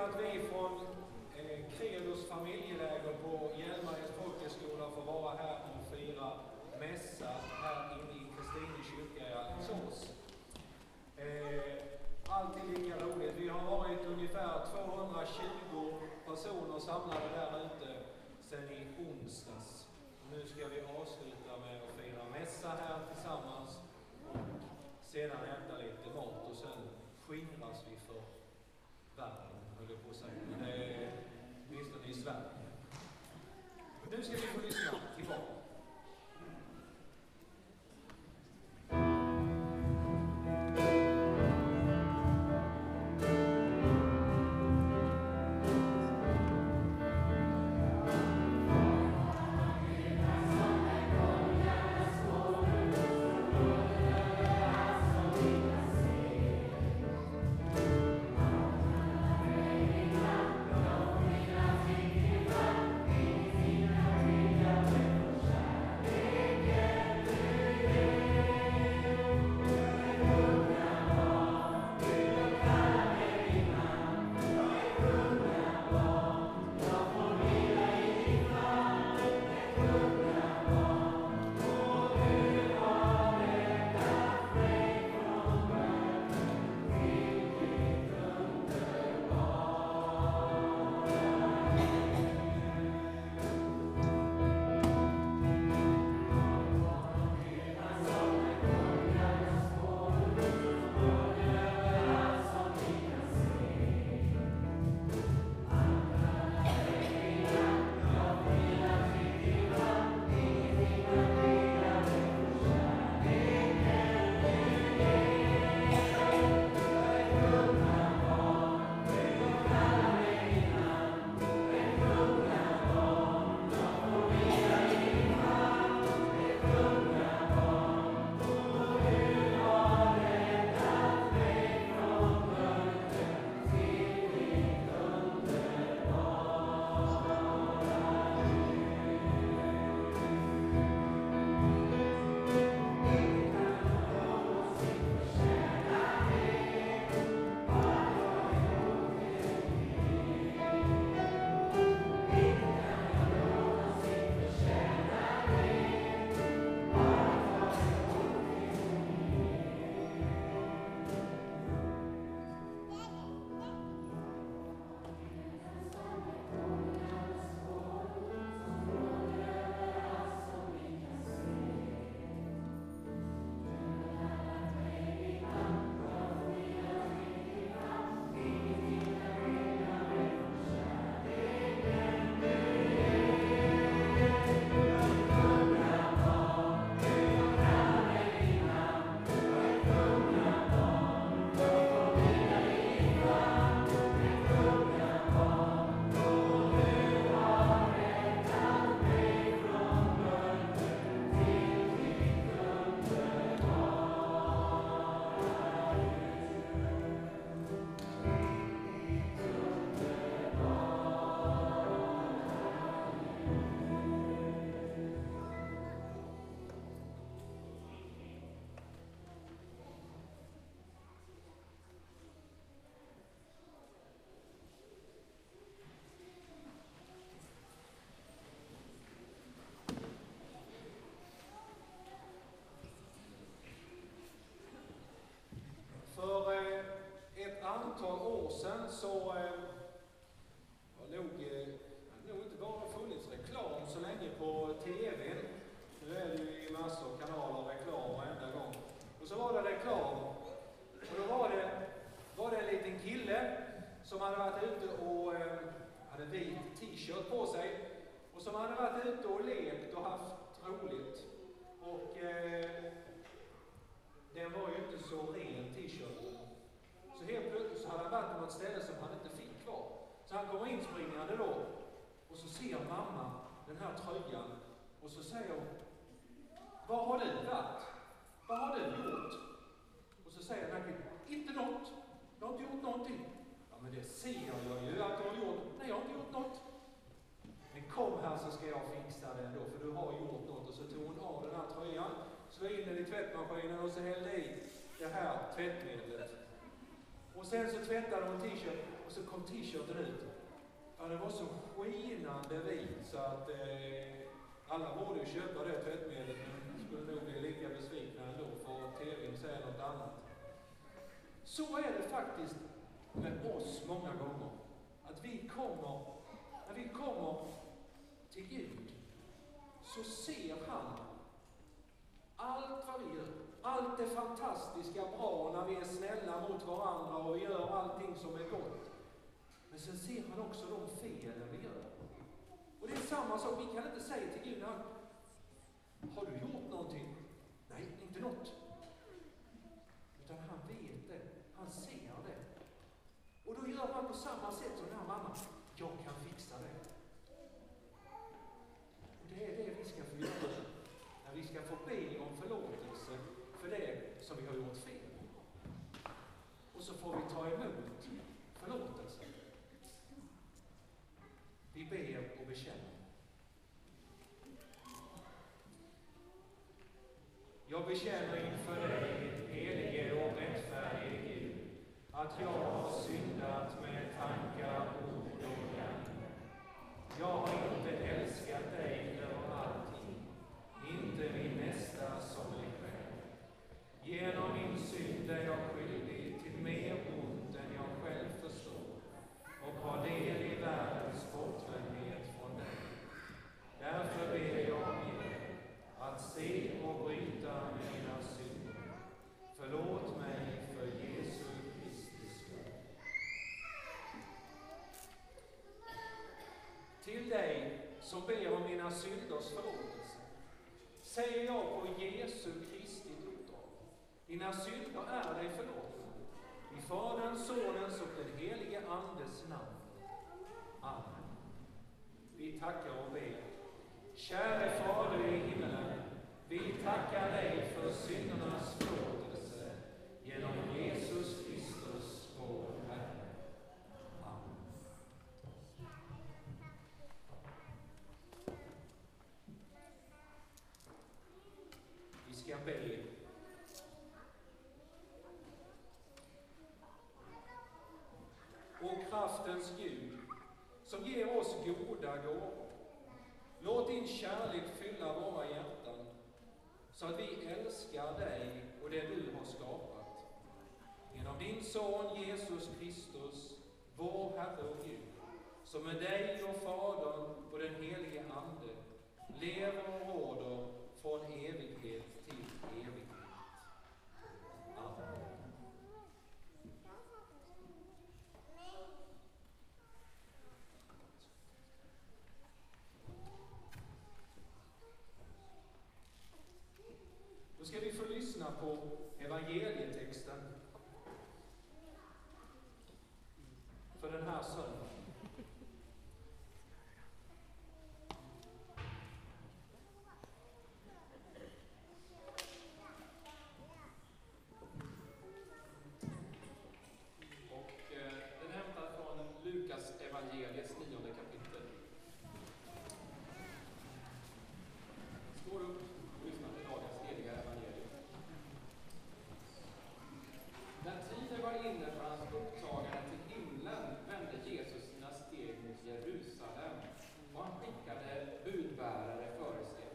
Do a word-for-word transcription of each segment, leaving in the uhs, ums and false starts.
att vi från eh, Credos familjeläger på Hjälmareds folkhögskola får vara här och fira mässa här inne i Kristine kyrka i Alingsås. Eh, alltid lika roligt. Vi har varit ungefär tvåhundratjugo personer samlade där ute sedan i onsdags. Nu ska vi avsluta med att fira mässa här tillsammans och sedan äta lite mat och sen skingras vi för världen, höll jag på att säga. Men det är åtminstone i Sverige. Nu ska vi få lyssna tillbaka. För eh, ett antal år sedan så eh, har nog, eh, nog inte bara funnits reklam så länge på tvn. Nu är det ju i massor av kanaler reklam varenda gång. Och så var det reklam. Och då var det, var det en liten kille som hade varit ute och eh, hade vit t-shirt på sig. Och som hade varit ute och lekt och haft roligt. Och eh, den var ju inte så ren t-shirten. Så helt plötsligt så hade han varit på något ställe som han inte fick kvar. Så han kommer inspringande då. Och så ser mamma den här tröjan. Och så säger hon: "Vad har du varit? Vad har du gjort?" Och så säger han: "Inte något. Jag har inte gjort någonting." "Ja, men det ser jag ju att du har gjort." "Nej, jag har inte gjort något." "Men kom här så ska jag fixa det ändå, för du har gjort något." Och så tog hon av den här tröjan, slog in den i tvättmaskinen och så hällde i det här tvättmedlet. Och sen så tvättade hon t-shirt och så kom t-shirten ut. Ja, det var så skinande vit så att eh, alla borde ju köpa det tvättmedlet, men skulle nog bli lika besvikna ändå, för tvn säger något annat. Så är det faktiskt med oss många gånger. Att vi kommer, när vi kommer till Gud, så ser han allt vad vi gör. Allt det fantastiska bra när vi är snälla mot varandra och gör allting som är gott. Men sen ser han också de felen vi gör. Och det är samma sak, vi kan inte säga till Gud, har du gjort någonting? Nej, inte något. Utan han vet det, han ser det. Och då gör han på samma sätt som den här mamman. Jag kan fixa det. Och det är det vi ska få göra. När vi ska få be om förlåtelse för det som vi har gjort fel. Och så får vi ta emot förlåtelse. Vi ber och bekänner. Jag bekänner inför dig, helige och rättfärdige Gud, att jag har syndat med tankar, ord och gärning. Jag har inte älskat dig över allting, inte min nästa som mig själv. Genom min synd är jag skyldig till mer ont än jag själv förstår och har del i världens bortvändhet från dig. Därför ber jag er att se och bryta med mina synder. Förlåt mig för Jesu Kristi skull. Till dig som ber om mina synders förlåtelse säger jag på Jesu Kristi uppdrag: dina synder är dig förlåtna. I Faderns, Sonens och den helige Andes namn. Amen. Vi tackar och ber. Käre Fader i himmelen, vi tackar dig för syndernas förlåtelse genom Jesus Kristus vår Herre. Amen. Vi ska be. Och kraftens Gud, som ger oss goda gåvor, låt din kärlek fylla våra hjärtan, så att vi älskar dig och det du har skapat. Genom din son Jesus Kristus, vår Herre och Gud, som med dig och Fadern och den helige Ande lever och råder från evighet till evighet. Amen. Då ska vi få lyssna på evangelietexten för den här söndagen. Och eh, den är hämtad från Lukas evangeliets nionde kapitel. Står upp och lyssna till dagens heliga evangelium. När tiden var inne för hans upptagande till himlen vände Jesus sina steg mot Jerusalem och han skickade budbärare före sig.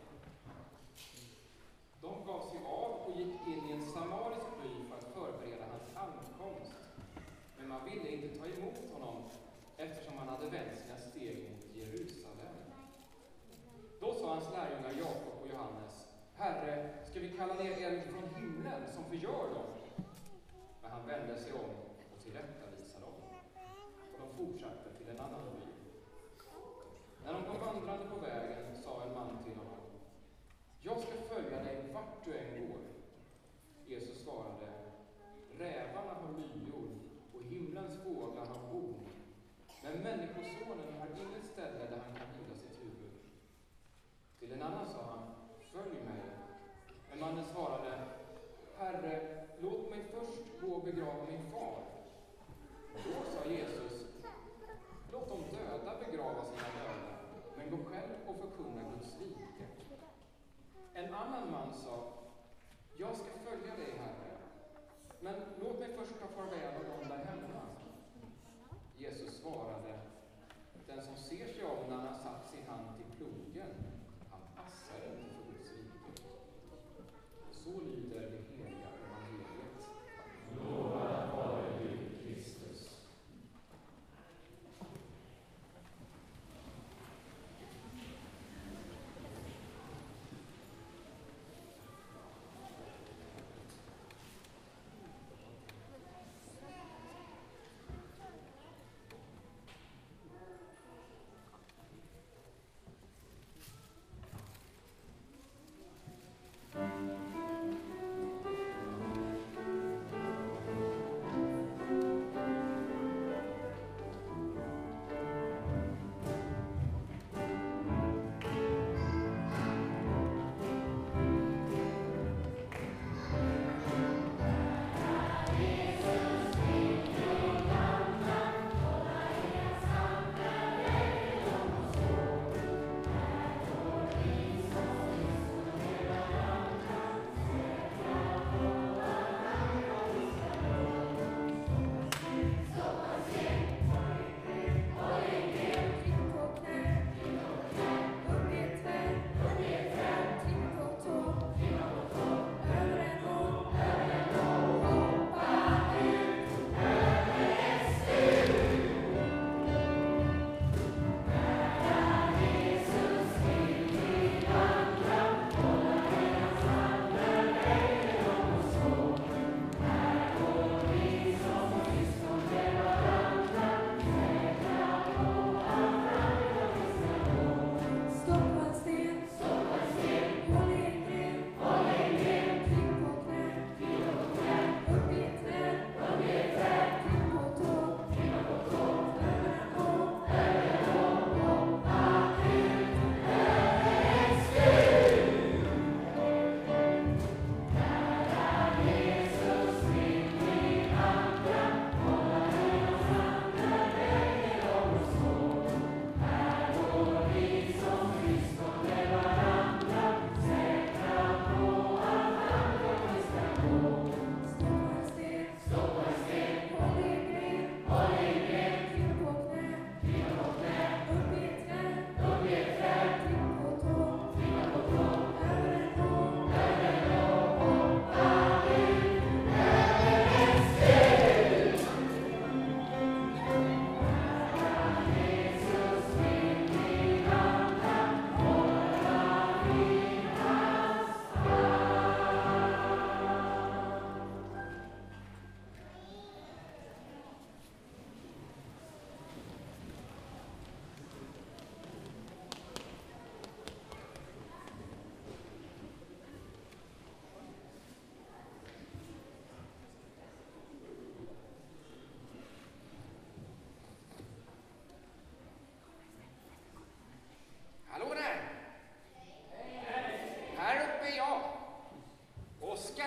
De gav sig av och gick in i en samarisk by för att förbereda hans ankomst. Men man ville inte ta emot honom eftersom han hade vänt sina steg mot Jerusalem. Då sa hans lärjungar Jakob och Johannes: Herre, ska vi kalla ner eld från himlen som förgör dem? Men han vände sig om och tillrättavisade dem. Och de fortsatte till en annan by. När de kom vandrande på vägen sa en man till honom: Jag ska följa dig vart du än går. Jesus svarade: Rävarna har lyor och himlens fåglar har bon. Men människosonen har inget ställe där han kan vila sitt huvud. Till en annan sa han: Följ mig. Men mannen svarade: Herre, låt mig först gå och begrava min far. Då sa Jesus: Låt de döda begrava sina döda, men gå själv och förkunna Guds rike. En annan man sa: Jag ska följa dig, Herre, men låt mig först ta farväl av dem där hemma. Jesus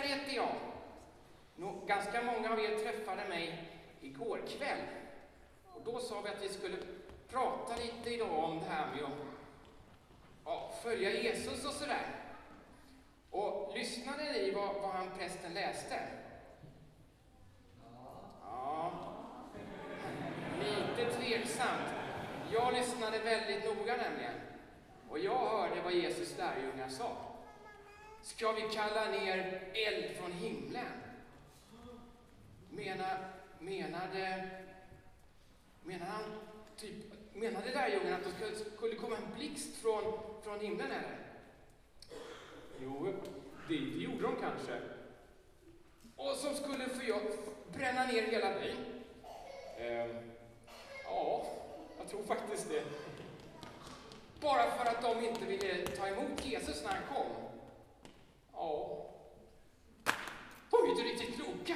Oskar heter jag. Nå, ganska många av er träffade mig igår kväll. Och då sa vi att vi skulle prata lite idag om det här med att ja, följa Jesus och sådär. Och lyssnade ni vad, vad han prästen läste? Ja, lite tveksamt. Jag lyssnade väldigt noga nämligen. Och jag hörde vad Jesus lärjungar sa. Ska vi kalla ner eld från himlen? Menar, menade, menar han typ, menade lärjungarna att det skulle, skulle komma en blixt från, från himlen eller? Jo, det, det gjorde de kanske. Och som skulle för bränna ner hela byn? Eh, ja, jag tror faktiskt det. Bara för att de inte ville ta emot Jesus när han kom? Ja. De är ju inte riktigt kloka.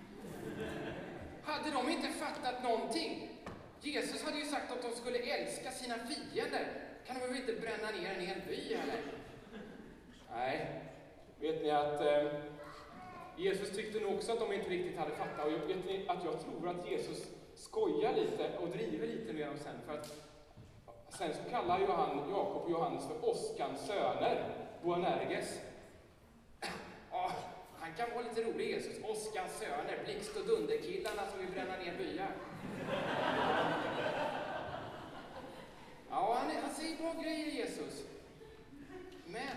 Hade de inte fattat någonting? Jesus hade ju sagt att de skulle älska sina fiender. Kan de väl inte bränna ner en hel by eller? Nej, vet ni att eh, Jesus tyckte nog också att de inte riktigt hade fattat. Och vet ni att jag tror att Jesus skojar lite och driver lite med dem sen. För att sen så kallar ju han Jakob och Johannes för Oskans söner, Boanerges. Ja, han kan vara lite rolig Jesus. Oskans söner, blixt och dunderkillarna som vill bränna ner byar. Ja, han, är, han säger bra grejer Jesus. Men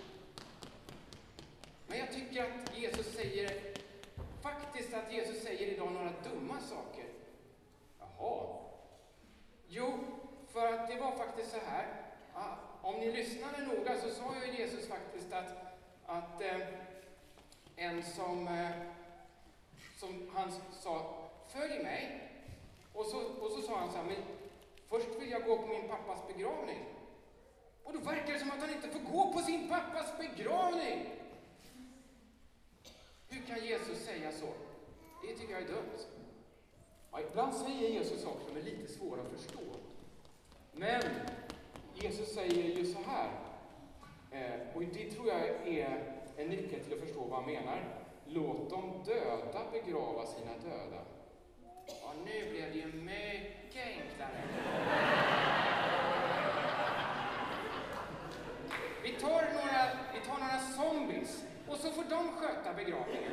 Men jag tycker att Jesus säger, faktiskt att Jesus säger idag några dumma saker. Jaha. Jo, för att det var faktiskt så här. Ja, om ni lyssnade noga så sa ju Jesus faktiskt att, att eh, en som, eh, som han sa, följ mig. Och så, och så sa han så här, men först vill jag gå på min pappas begravning. Och då verkar det som att han inte får gå på sin pappas begravning. Hur kan Jesus säga så? Det tycker jag är dumt. Ja, ibland säger Jesus saker som är lite svåra att förstå. Men Jesus säger ju så här. Eh, och det tror jag är en nyckel till att förstå vad han menar. Låt de döda begrava sina döda. Ja, nu blev det ju mycket enklare. Vi tar några, vi tar några zombies. Och så får de sköta begravningen.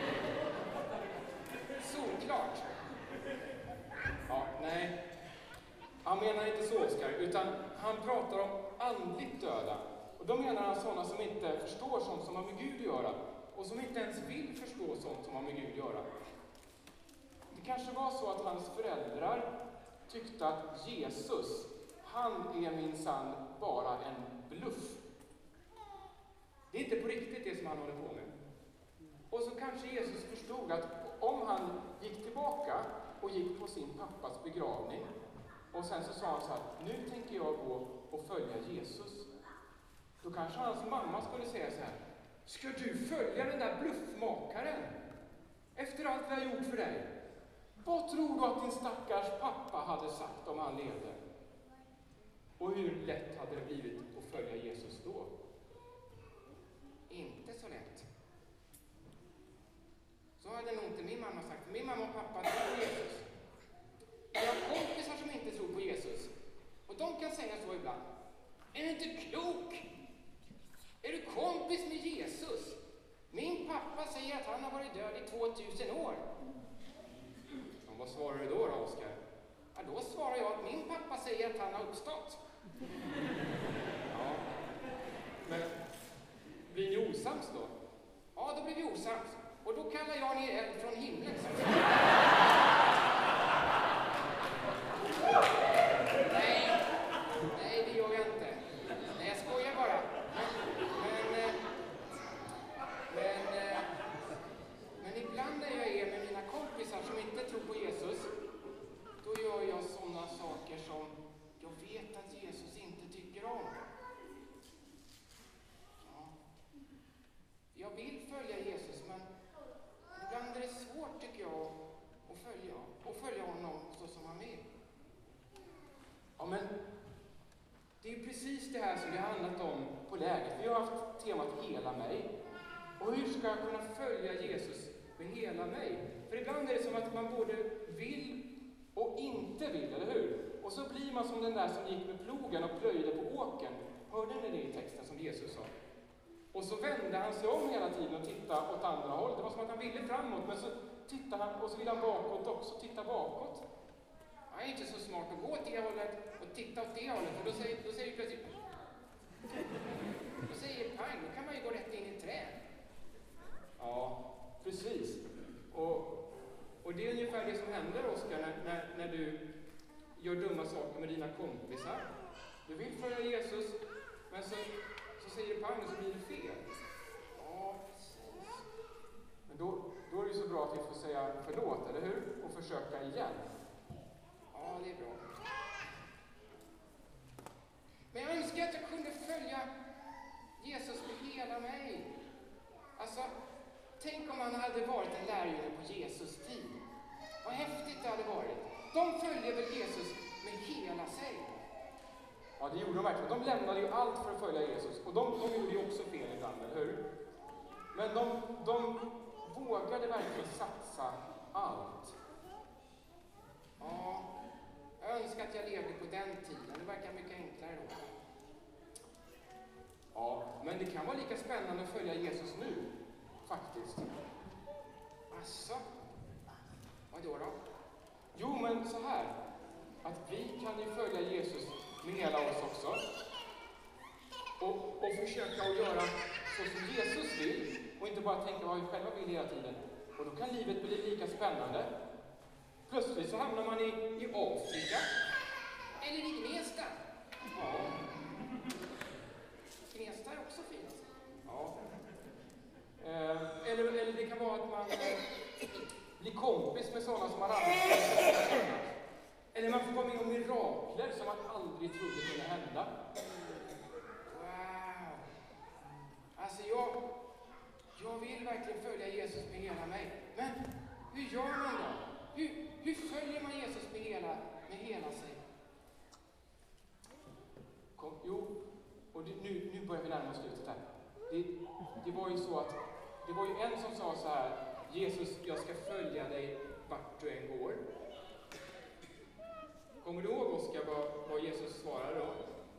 Solklart. Ja, nej. Han menar inte så, Oskar, utan han pratar om andligt döda. Och då menar han sådana som inte förstår sånt som har med Gud att göra. Och som inte ens vill förstå sånt som har med Gud att göra. Det kanske var så att hans föräldrar tyckte att Jesus, han är minsann bara en bluff. Det är inte på riktigt det som han håller på med. Och så kanske Jesus förstod att om han gick tillbaka och gick på sin pappas begravning och sen så sa han så här, nu tänker jag gå och följa Jesus. Då kanske hans mamma skulle säga så här, ska du följa den där bluffmakaren? Efter allt vi har gjort för dig. Vad tror du att din stackars pappa hade sagt om han levde? Och hur lätt hade det blivit att följa Jesus då? Inte så lätt. Så hade nog inte min mamma sagt. Min mamma och pappa tror på Jesus. Jag har kompisar som inte tror på Jesus. Och de kan säga så ibland. Är du inte klok? Är du kompis med Jesus? Min pappa säger att han har varit död i tvåtusen år. Och vad svarar du då då, Oskar? Ja, då svarar jag att min pappa säger att han har uppstått. Ja. Men blir ni osams då? Ja, då blir vi osams. Och då kallar jag ner eld från himlen. Nej, nej det gör jag inte. Nej, jag skojar bara. Men, men, men, men ibland när jag är med mina kompisar som inte tror på Jesus, då gör jag sådana saker som jag vet att Jesus inte tycker om. Ja. Jag vill följa Jesus, men ibland är det svårt tycker jag att följa, att följa honom så som han vill. Ja, men det är precis det här som det har handlat om på läget. Vi har haft temat Hela mig. Och hur ska jag kunna följa Jesus med hela mig? För ibland är det som att man både vill och inte vill, eller hur? Och så blir man som den där som gick med plogen och plöjde på åkern. Hörde ni det i texten som Jesus sa? Och så vände han sig om hela tiden och tittade åt andra håll. Det var som att han ville framåt, men så tittade han och så ville han bakåt också, titta bakåt. Det är inte så smart att gå åt det hållet och titta åt det hållet, för då säger, då säger plötsligt... Då säger pang, då kan man ju gå rätt in i träd. Ja, precis. Och, och det är ungefär det som händer, Oskar, när, när, när du gör dumma saker med dina kompisar. Du vill följa Jesus, men så, så säger du pang och så blir det fel. Ja, precis. Men då, då är det så bra att vi får säga förlåt, eller hur? Och försöka igen. Ja, det är bra. Men jag önskar att jag kunde följa Jesus med hela mig. Alltså, tänk om man hade varit en lärjunge på Jesus tid. Vad häftigt det hade varit. De följde väl Jesus med hela sig. Ja, det gjorde de verkligen. De lämnade ju allt för att följa Jesus. Och de, de gjorde ju också fel ibland, eller hur? Men de, de vågade verkligen satsa allt. Ja, jag önskar att jag levde på den tiden. Det verkar mycket enklare då. Ja, men det kan vara lika spännande att följa Jesus nu, faktiskt. Asså? Vad då då? Jo, men så här. Att vi kan ju följa Jesus med hela oss också. Och, och försöka att göra så som Jesus vill. Och inte bara tänka vad vi själva vill hela tiden. Och då kan livet bli lika spännande. Plötsligt så hamnar man i, i Afrika. Eller i Gnesta. Ja. Gnesta är också fint. Ja. Eh, eller, eller det kan vara att man eh, blir kompis med sådana som man aldrig trodde. Eller man får vara med om mirakler som man aldrig trodde kunde hända. Wow. Alltså jag, jag vill verkligen följa Jesus med hela mig. Men hur gör man då? Hur, hur följer man Jesus med hela, med hela sig? Kom, jo, och det, nu, nu börjar vi närma oss slutet här. Det, det var ju så att, det var ju en som sa så här: Jesus, jag ska följa dig vart du än går. Kommer du ihåg, Oskar, vad, vad Jesus svarade då?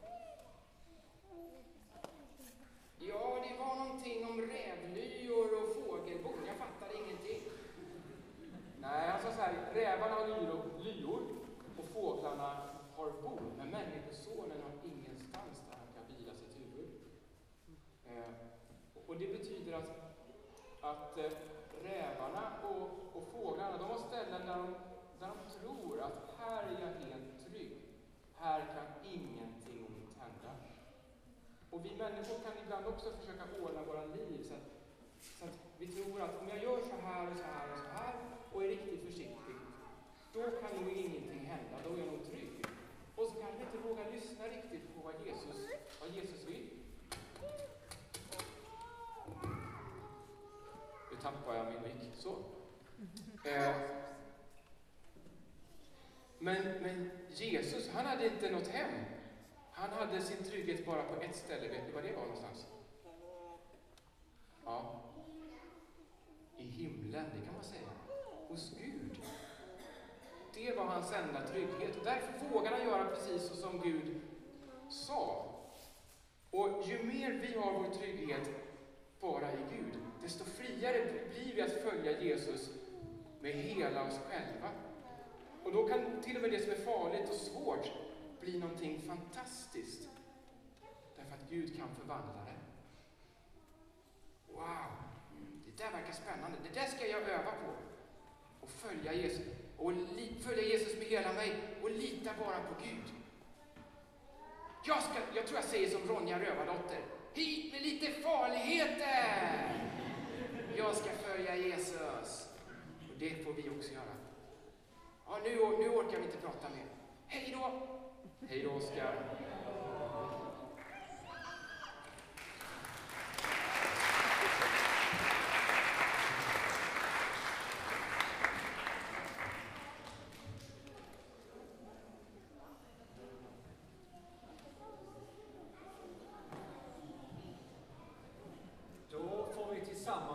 Ja, det var någonting om rävlyor och fågelbon. Jag fattade ingenting. Nej, han sa så här: rävarna har lyor, lyor och fåglarna har bon. Men människosonen har ingenstans där han kan vila sitt huvud. Eh, och det betyder att, att eh, rävarna och, och fåglarna, de har ställen där de, där de tror att här är jag helt trygg. Här kan ingenting ont hända. Och vi människor kan ibland också försöka ordna våra liv så att, så att vi tror att om jag gör så här och så här och så här och är riktigt försiktig, då kan nog ingenting hända, då är jag nog trygg. Och så kan vi inte våga lyssna riktigt på vad Jesus, vad Jesus vill. Nu tappar jag min mick. Så. Eh. Men, men Jesus, han hade inte något hem. Han hade sin trygghet bara på ett ställe. Vet ni vad det var någonstans? Ja. I himlen, det kan man säga. Hos Gud. Det var hans enda trygghet. Och därför vågade han göra precis så som Gud sa. Och ju mer vi har vår trygghet bara i Gud, desto friare blir vi att följa Jesus med hela oss själva. Och då kan till och med det som är farligt och svårt bli någonting fantastiskt. Därför att Gud kan förvandla det. Wow! Det där verkar spännande. Det där ska jag öva på. Och följa Jesus. Och li- följa Jesus med hela mig. Och lita bara på Gud. Jag, ska, jag tror jag säger som Ronja Rövardotter. Hit med lite farligheter! Jag ska följa Jesus. Och det får vi också göra. Ja, nu, nu orkar vi inte prata mer. Hej då! Hej då, Oskar. Då får vi tillsammans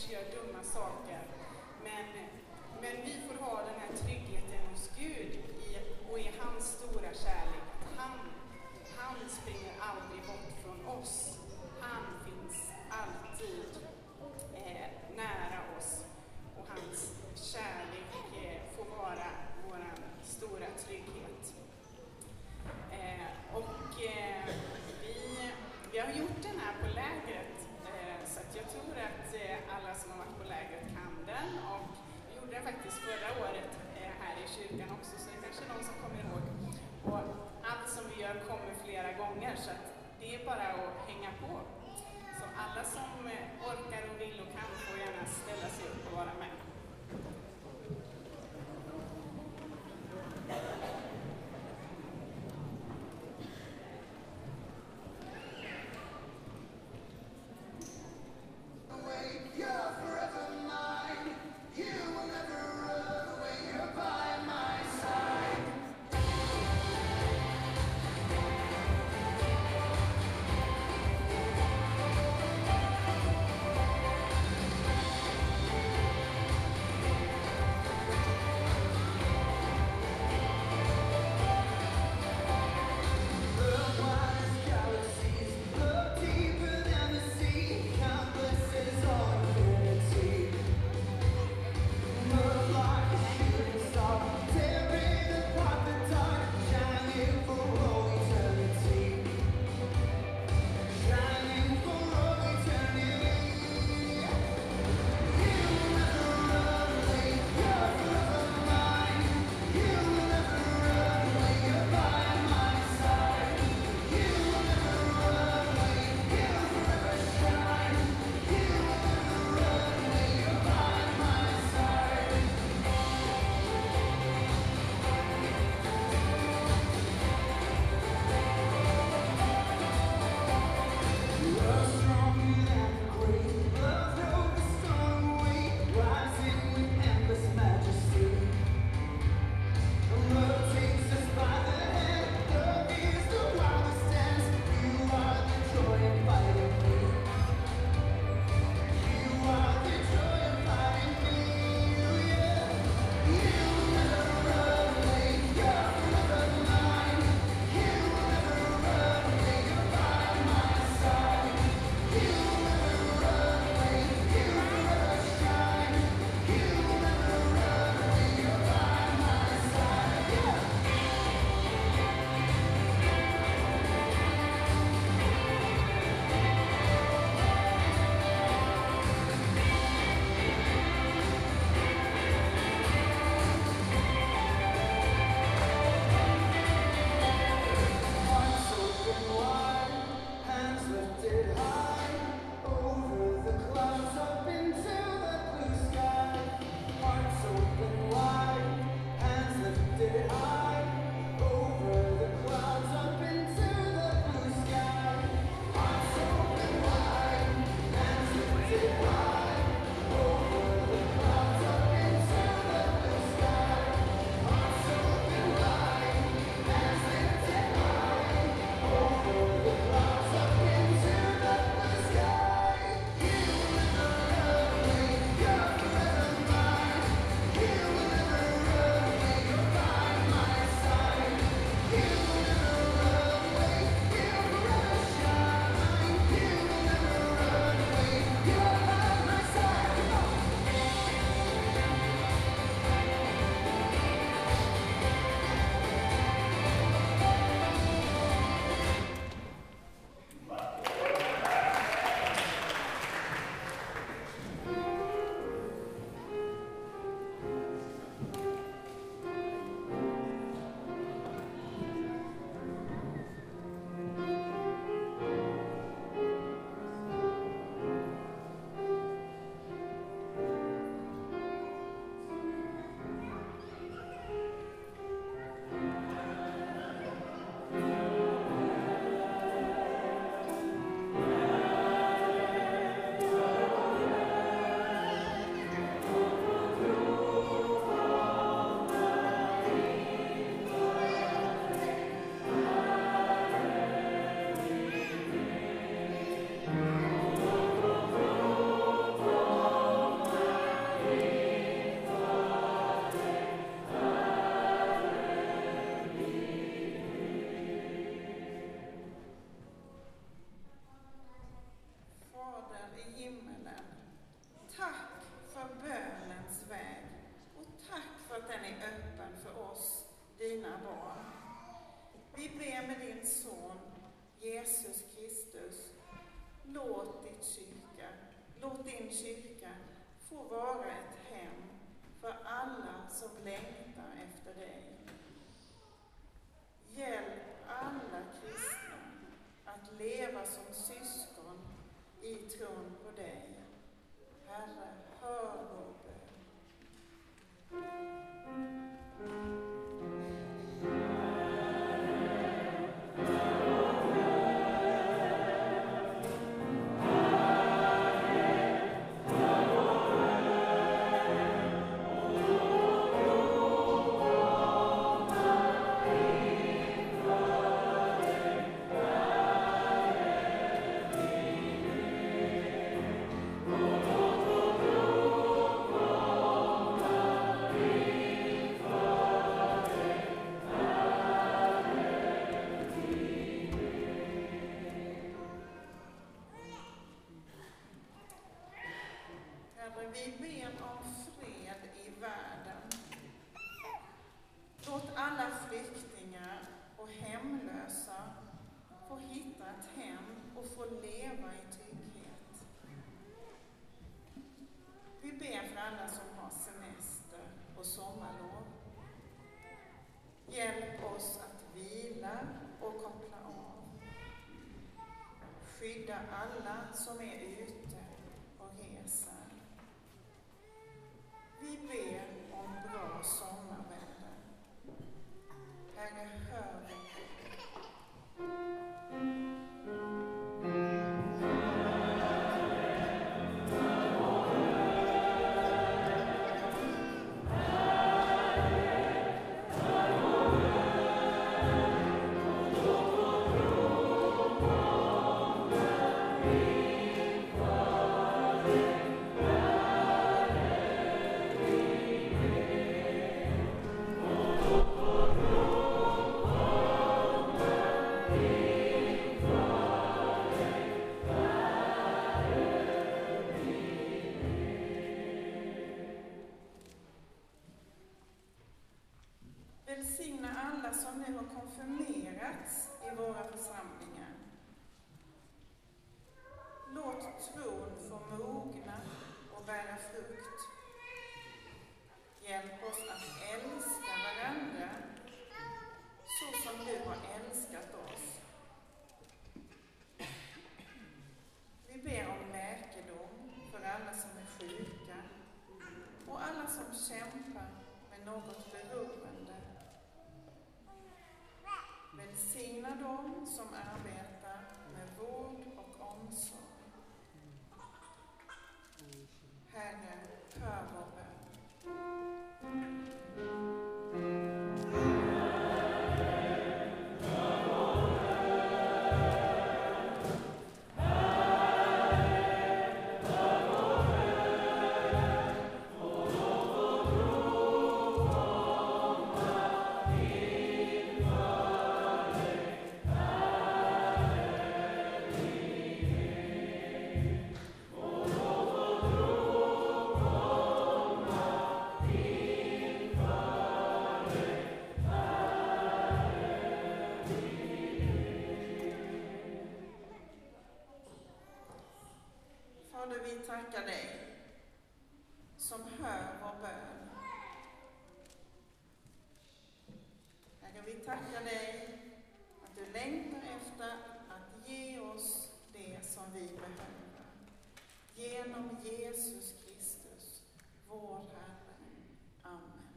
kanske gör dumma saker. Men, men vi får ha den här tryggheten hos Gud i, och i hans stora kärlek. Han, han springer aldrig bort från oss. Han finns alltid eh, nära oss. Och hans kärlek eh, får vara vår stora trygghet. Eh, och eh, vi, vi har gjort den här på lägret. Eh, så att jag tror att eh, alla som har varit på lägret kan den. Och vi gjorde den faktiskt förra året eh, här i kyrkan också. Så det är kanske någon som kommer ihåg. Och allt som vi gör kommer flera gånger. Så att det är bara att hänga tack för bönens väg och tack för att den är öppen för oss, dina barn. Vi ber med din son Jesus Kristus, låt ditt kyrka, låt din kyrka få vara ett hem för alla som längtar efter dig. Hjälp alla kristna att leva som syskon i tron på dig. Herre, hör vår bön. Vi ber om fred i världen. Låt alla flyktingar och hemlösa få hitta ett hem och få leva i trygghet. Vi ber för alla som har semester och sommarlov. Hjälp oss att vila och koppla av. Skydda alla som är ute och reser. Vi ber om bra sommarväder. Herre, hör välsigna alla som nu har konfirmerats i våra församlingar. Låt tron få mogna och bära frukt. Hjälp oss att älska varandra så som du har älskat oss. Vi ber om läkedom för alla som är sjuka och alla som kämpar med något beroende. Välsigna dem som arbetar med vård och omsorg. Herre, hör vår bön. Fader, vi tackar dig som hör vår bön. Herre, vi tackar dig att du längtar efter att ge oss det som vi behöver. Genom Jesus Kristus, vår Herre. Amen.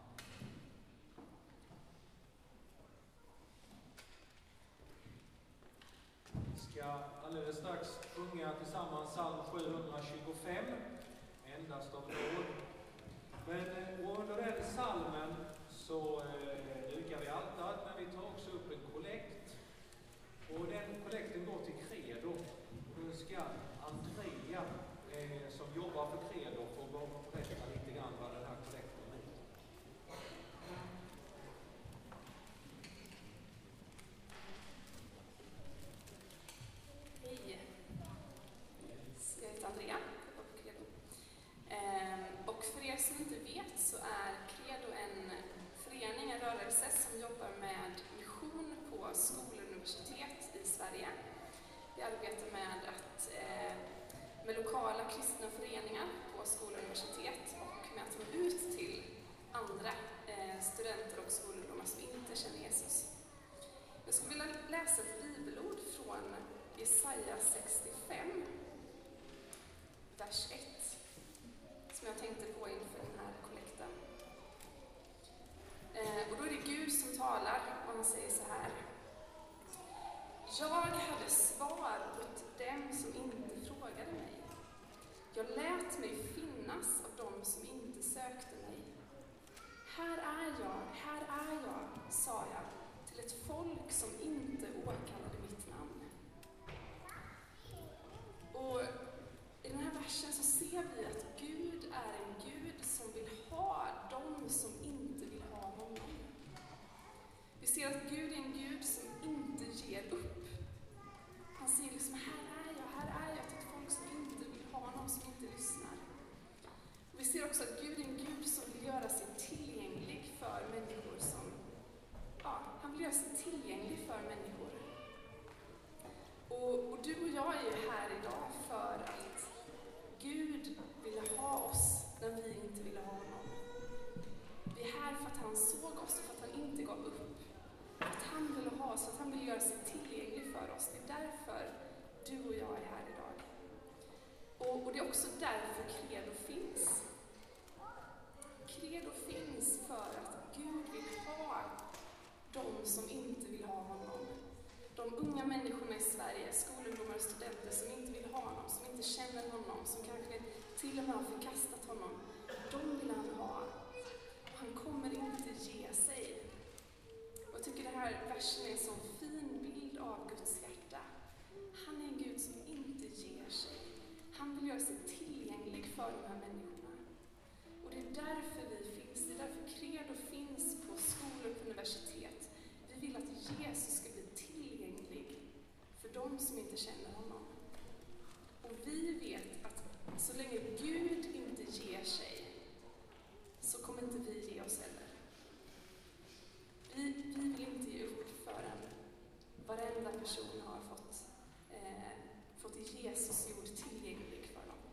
Vi ska alldeles strax sjunga tillsammans psalm sjuhundratjugofem, endast av nåd. Men under den psalmen så eh, dukar vi altaret, men vi tar också upp en kollekt. Och den kollekten går till Credo. Nu ska Andrea, eh, som jobbar för Credo, få berätta lite grann vad den här kollekten är. Hej, jag heter Andrea, jag jobbar på Credo. har skolor och universitet i Sverige. Vi arbetar med, att, eh, med lokala kristna föreningar på skolor och universitet och med att nå ut till andra eh, studenter och skolungdomar som inte känner Jesus. Jag skulle vilja läsa ett bibelord från Jesaja sextiofem, vers ett, som jag tänkte på inför den här kollekten. Eh, och då är det Gud som talar och han säger så här. Jag hade svar åt dem som inte frågade mig. Jag lät mig finnas av dem som inte sökte mig. Här är jag, här är jag, sa jag, till ett folk som inte åkallade mitt namn. Och i den här versen så ser vi att Gud är en Gud som vill ha dem som inte vill ha honom. Vi ser att Gud är en Gud som inte ger upp. Han säger liksom, här är jag, här är jag till ett folk som inte vill ha honom, som inte lyssnar. Och vi ser också att Gud är en Gud som vill göra sig tillgänglig för människor som, ja, han vill göra sig tillgänglig för människor. Och, och du och jag är ju här idag för att Gud ville ha oss när vi inte ville ha honom. Vi är här för att han såg oss och för att han inte gav upp. Att han ville ha oss, att han vill göra sig tillgänglig för oss. Det är därför du och jag är här idag. Och, och det är också därför Credo finns. Credo finns för att Gud vill ha de som inte vill ha honom. De unga människorna i Sverige, skolungdomar och studenter som inte vill ha honom, som inte känner honom, som kanske till och med har förkastat honom. De vill han ha. Och han kommer inte ge sig. Och jag tycker det här versen är en sån fin bild av Guds hjärta. Han är en Gud som inte ger sig. Han vill göra sig tillgänglig för de här människorna. Och det är därför vi finns. Det är därför Credo finns på skolor och på universitet. Vi vill att Jesus ska bli tillgänglig för de som inte känner honom. Och vi vet att så länge Gud inte ger sig så kommer inte vi ge oss heller. Vi, vi vill inte ge upp förrän varenda person har fått, eh, fått Jesus gjord tillgänglig för dem.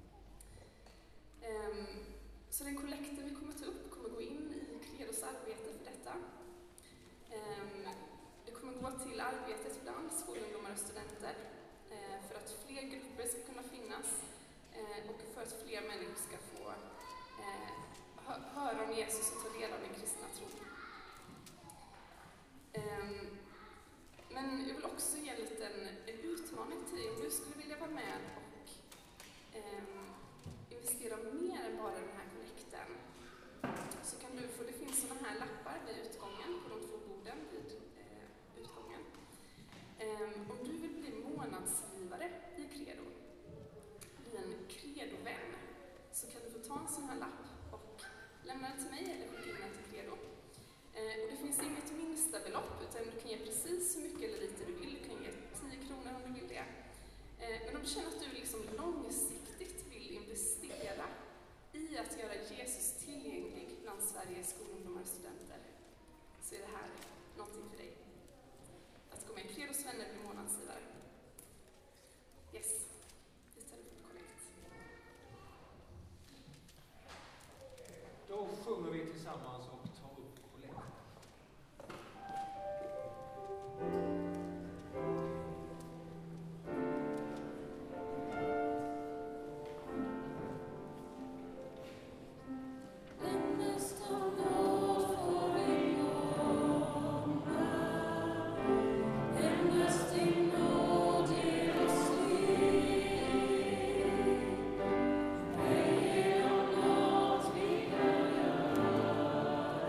Um, så den kollekten vi kommer ta upp kommer gå in i Credos arbete för detta. Um, det kommer gå till arbetet bland skolungdomar och studenter eh, för att fler grupper ska kunna finnas eh, och för att fler människor ska få eh, hö- höra om Jesus och ta del av den kristna tron. Um, men jag vill också ge en liten en utmaning till dig. Om du skulle vilja vara med och um, investera mer än bara den här kollekten, så kan du få, det finns sådana här lappar vid utgången på de två borden vid eh, utgången. Um, om du vill bli månadsgivare i Credo, bli en Credo-vän, så kan du få ta en sån här lapp och lämna den till mig eller skicka in den till Credo. Eh, och det finns inget minsta belopp, utan du kan ge precis så mycket eller lite du vill. Du kan ge tio kronor om du vill det. Eh, men om du känner att du liksom långsiktigt vill investera i att göra Jesus tillgänglig bland Sveriges skolungdomar och studenter, så är det här någonting för dig. Att gå med i Credos vänner blir månadsgivare. Yes, vi tar upp korrekt. Då sjunger vi tillsammans och tar upp kollekten. Thank you.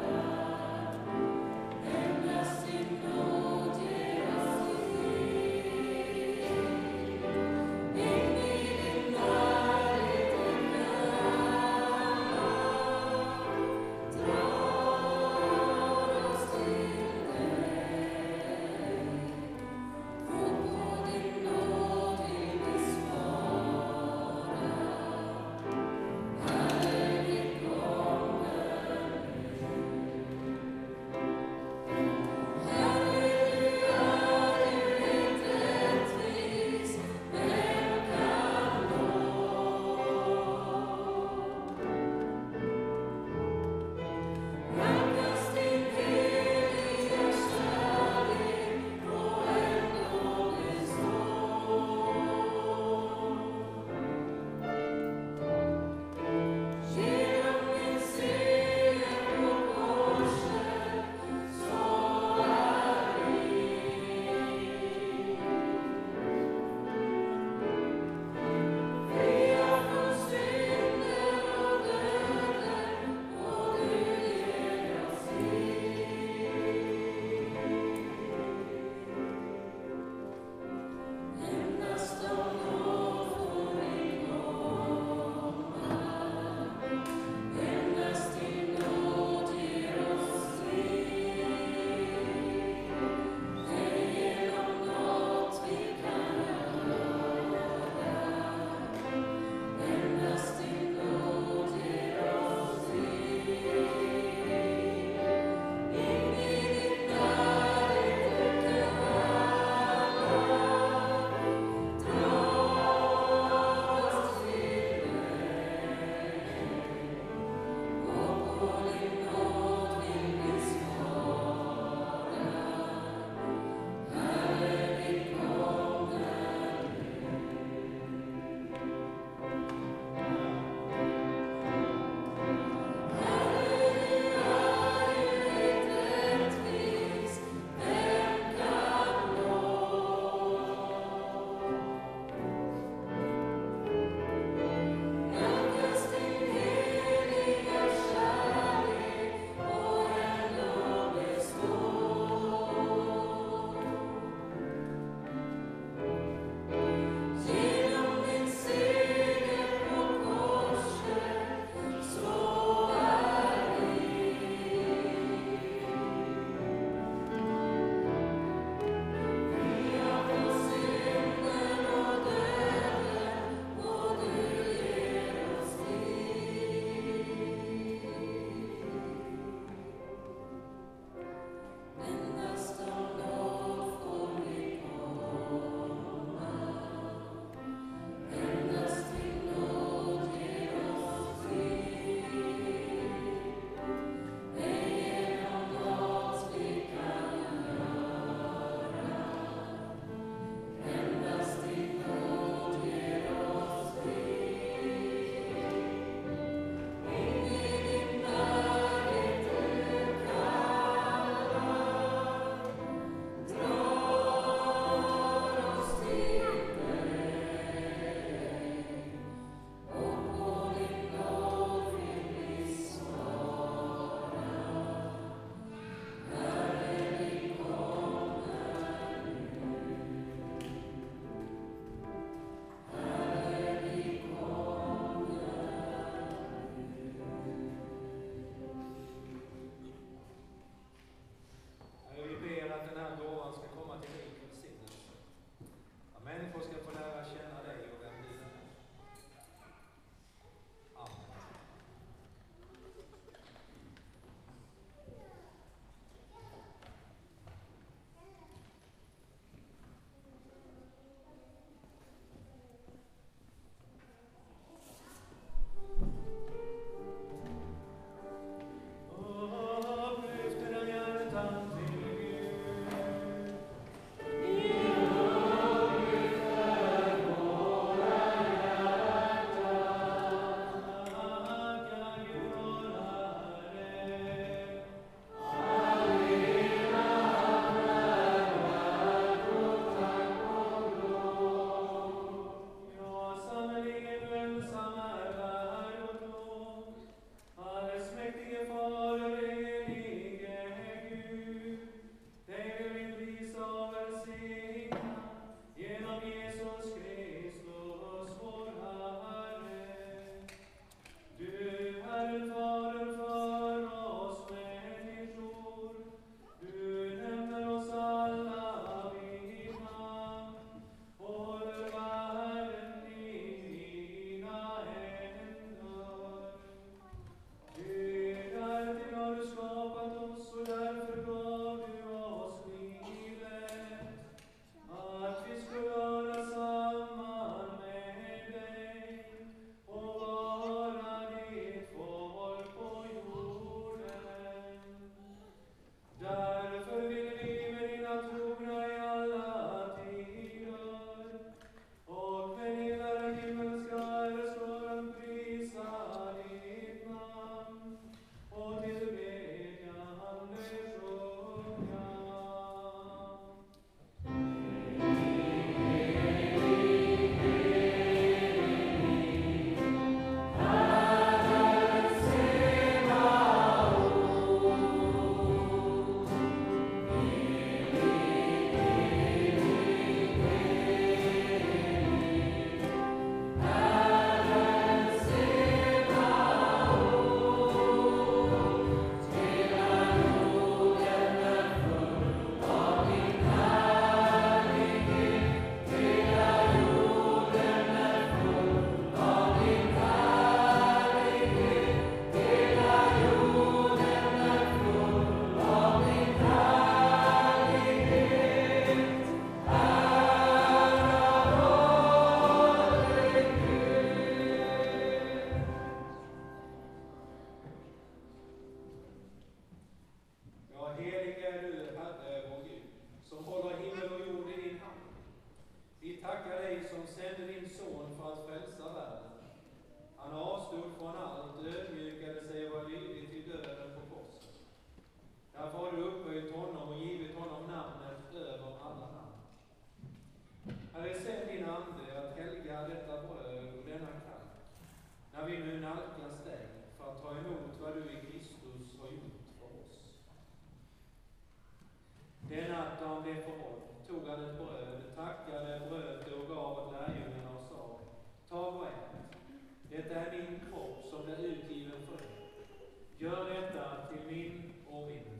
Gör detta till min åminnelse.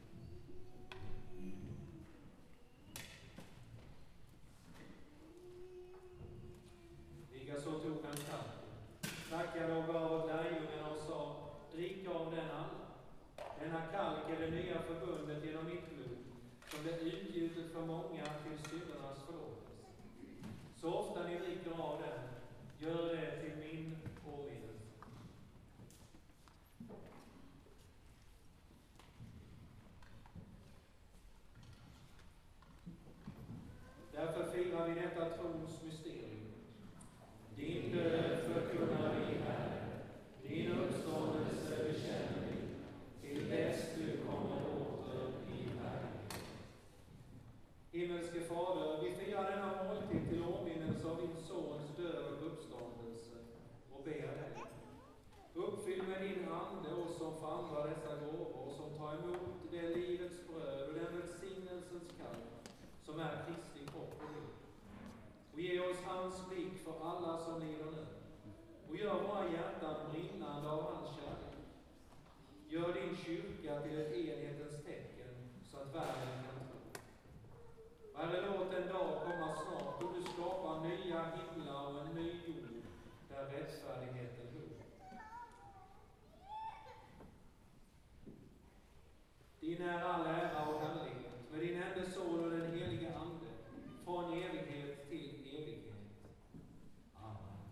Likaså tog han kalken, tackade och gav åt lärjungarna och sa: drick av den alla. Denna kalk är det nya förbundet genom mitt blod, som det utgjutet för många till syndernas förlåtelse. Så ofta ni dricker av den, gör det till min åminnelse. Därför firar vi detta trons mysterium. Din död förkunnar vi här, din uppståndelse bekänner vi, till dess du kommer åter i härlighet. Himmelske Fader, vi firar denna måltid till åminnelse av din Sons död och uppståndelse och ber dig. Uppfyll med din ande oss som famlar dessa gåvor och som tar emot det livets bröd och den välsignelsens kalk som är Kristi kropp och blod. Och ge oss hans blick för alla som lider nöd. Och gör våra hjärtan brinnande av hans kärlek. Gör din kyrka till ett enhetens tecken så att världen kan tro. Herre, låt en dag komma snart då du skapar nya himlar och en ny jord där rättfärdigheten bor. Din är all ära och härlighet med din enda son och den heliga ande från evighet till evighet. Amen.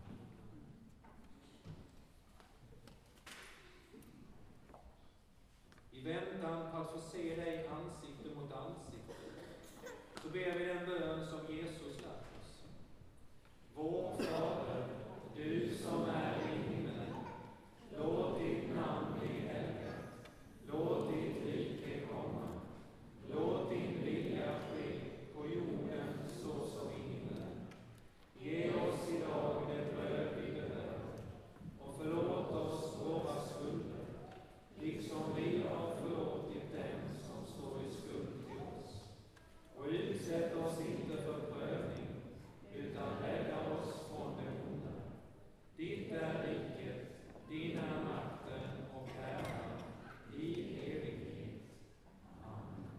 I väntan på att få se dig ansikte mot ansikte så ber vi den bön som Jesus lärt oss. Vår Fader, du som är i himmelen, låt ditt namn bli helgat. Låt ditt rike komma. Låt din vilja ske på jorden så som i himlen. Ge oss idag det bröd vi behöver och förlåt oss våra skulder, liksom vi har förlåtit dem som står i skuld till oss. Och utsätt oss inte för prövning, utan rädda oss från det onda. Ditt är riket, din är makten och äran i evighet. Amen.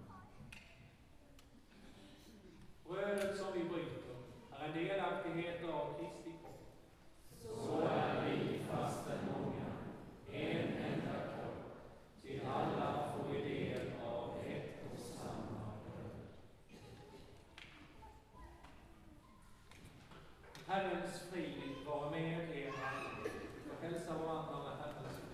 Brödet som vi bryter är en delaktighet av Kristi kropp. Så är vi fastän många, en enda kropp, till alla får vi del av ett och samma bröd. Herrens frid vara med er alla. Och hälsa varandra med Herrens frid.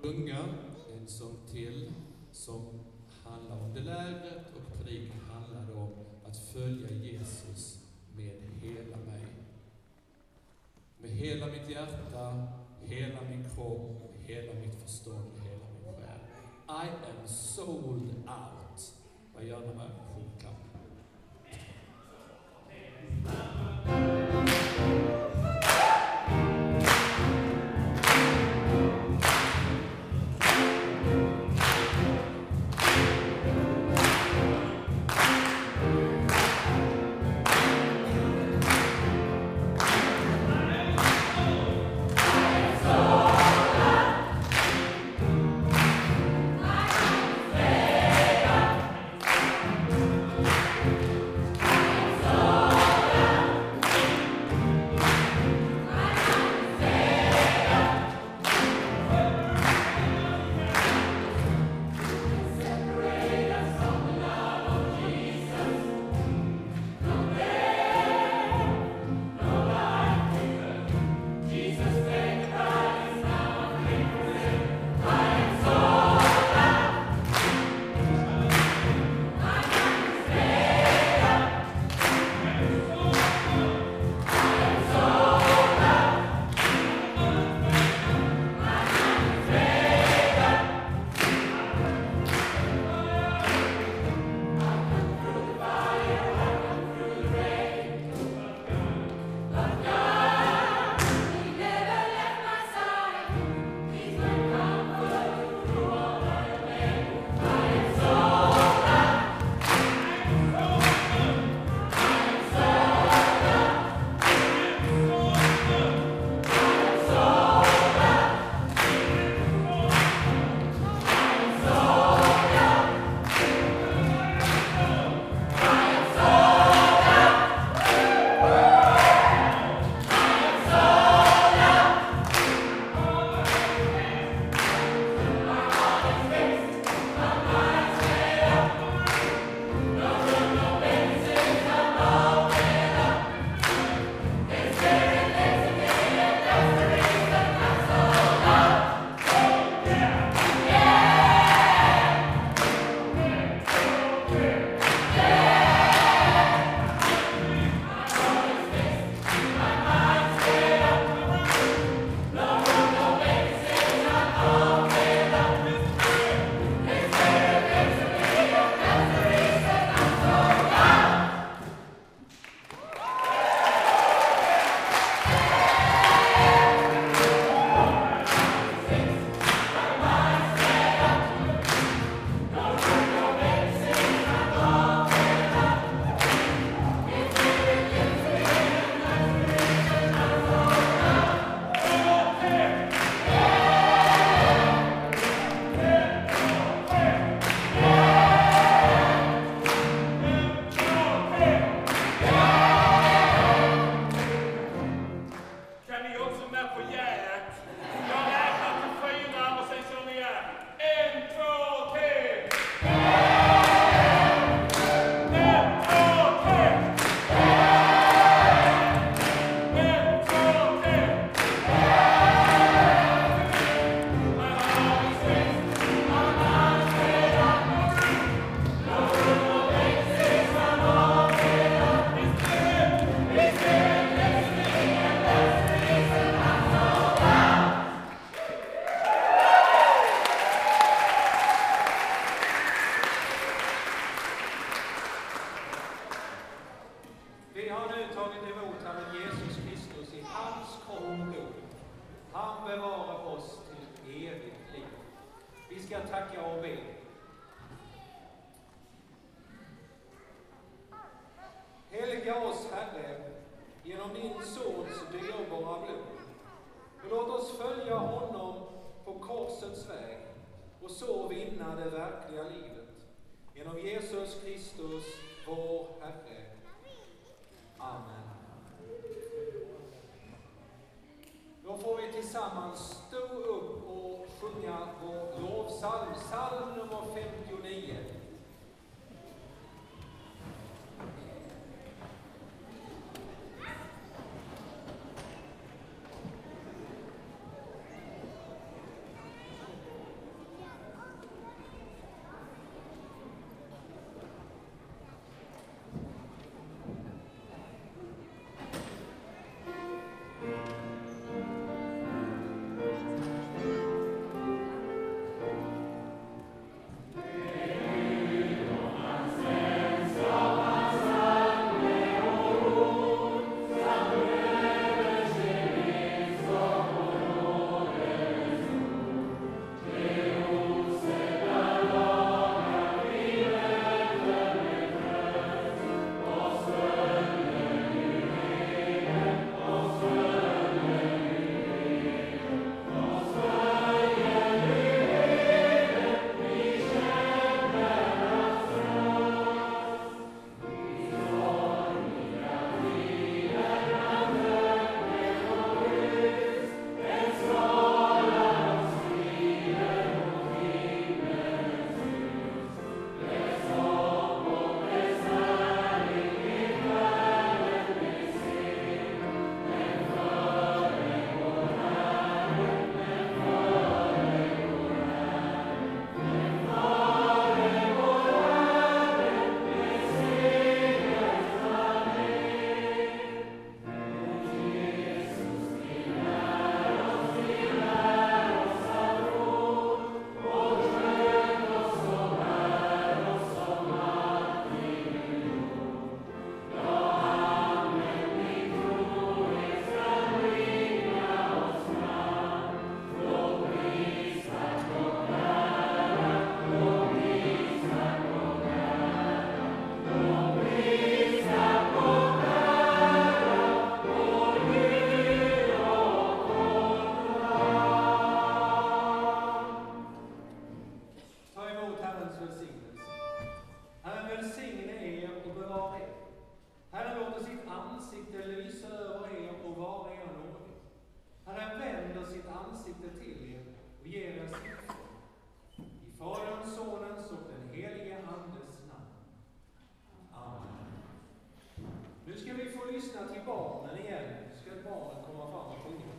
sjunga en sång till som handlar om det läret, och predikan handlar om att följa Jesus med hela mig. Med hela mitt hjärta, hela min kropp, hela mitt förstånd, hela min själ. I am sold out. Vad gör man med sjunga? lyssna till barnen igen. Ska barnen komma fram och sjunga?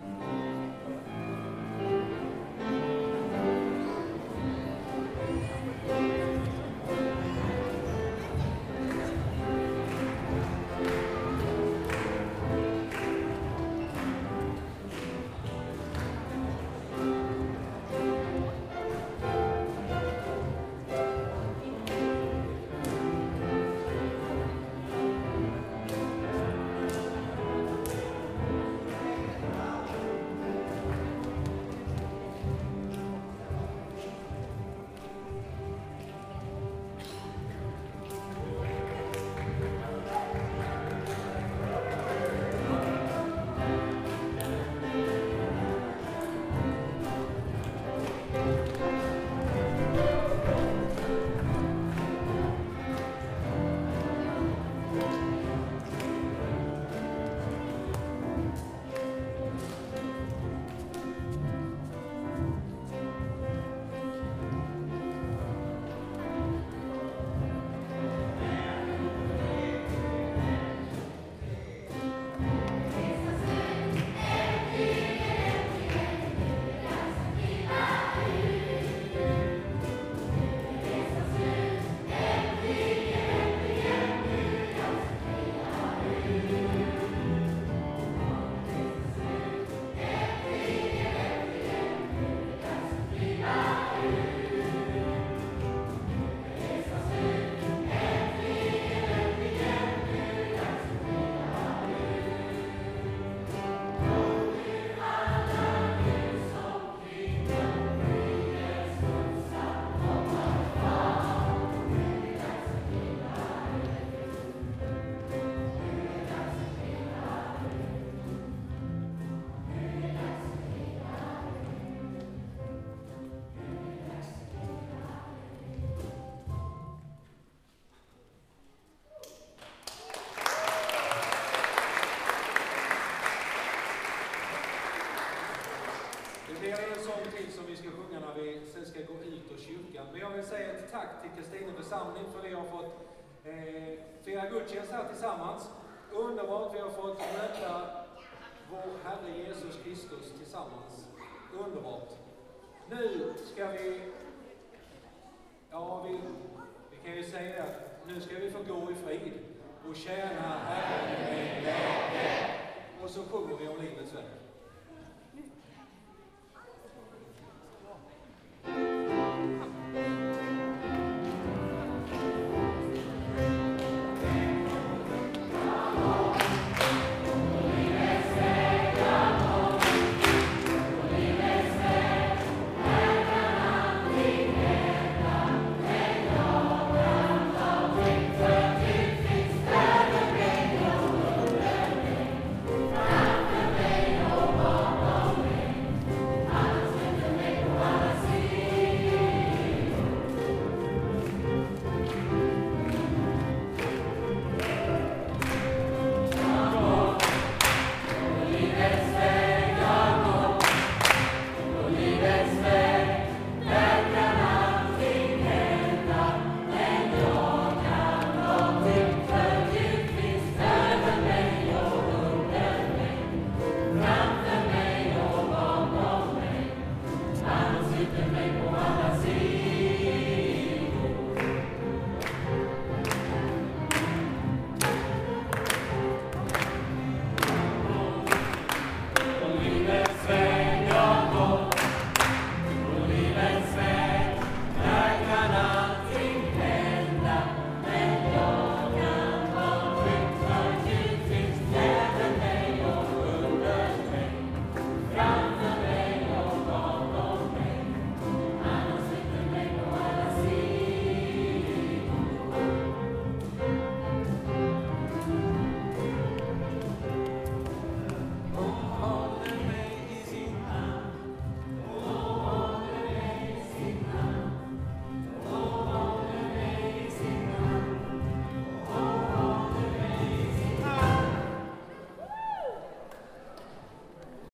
Det är en sång till som vi ska sjunga när vi sen ska gå ut ur kyrkan. Men jag vill säga ett tack till Kristina församling för vi har fått eh, fira gudstjänst här tillsammans. Underbart, vi har fått möta vår Herre Jesus Kristus tillsammans. Underbart. Nu ska vi, ja vi, vi kan ju säga att nu ska vi få gå i frid och tjäna Herren med glädje. Och så sjunger vi om livets väg.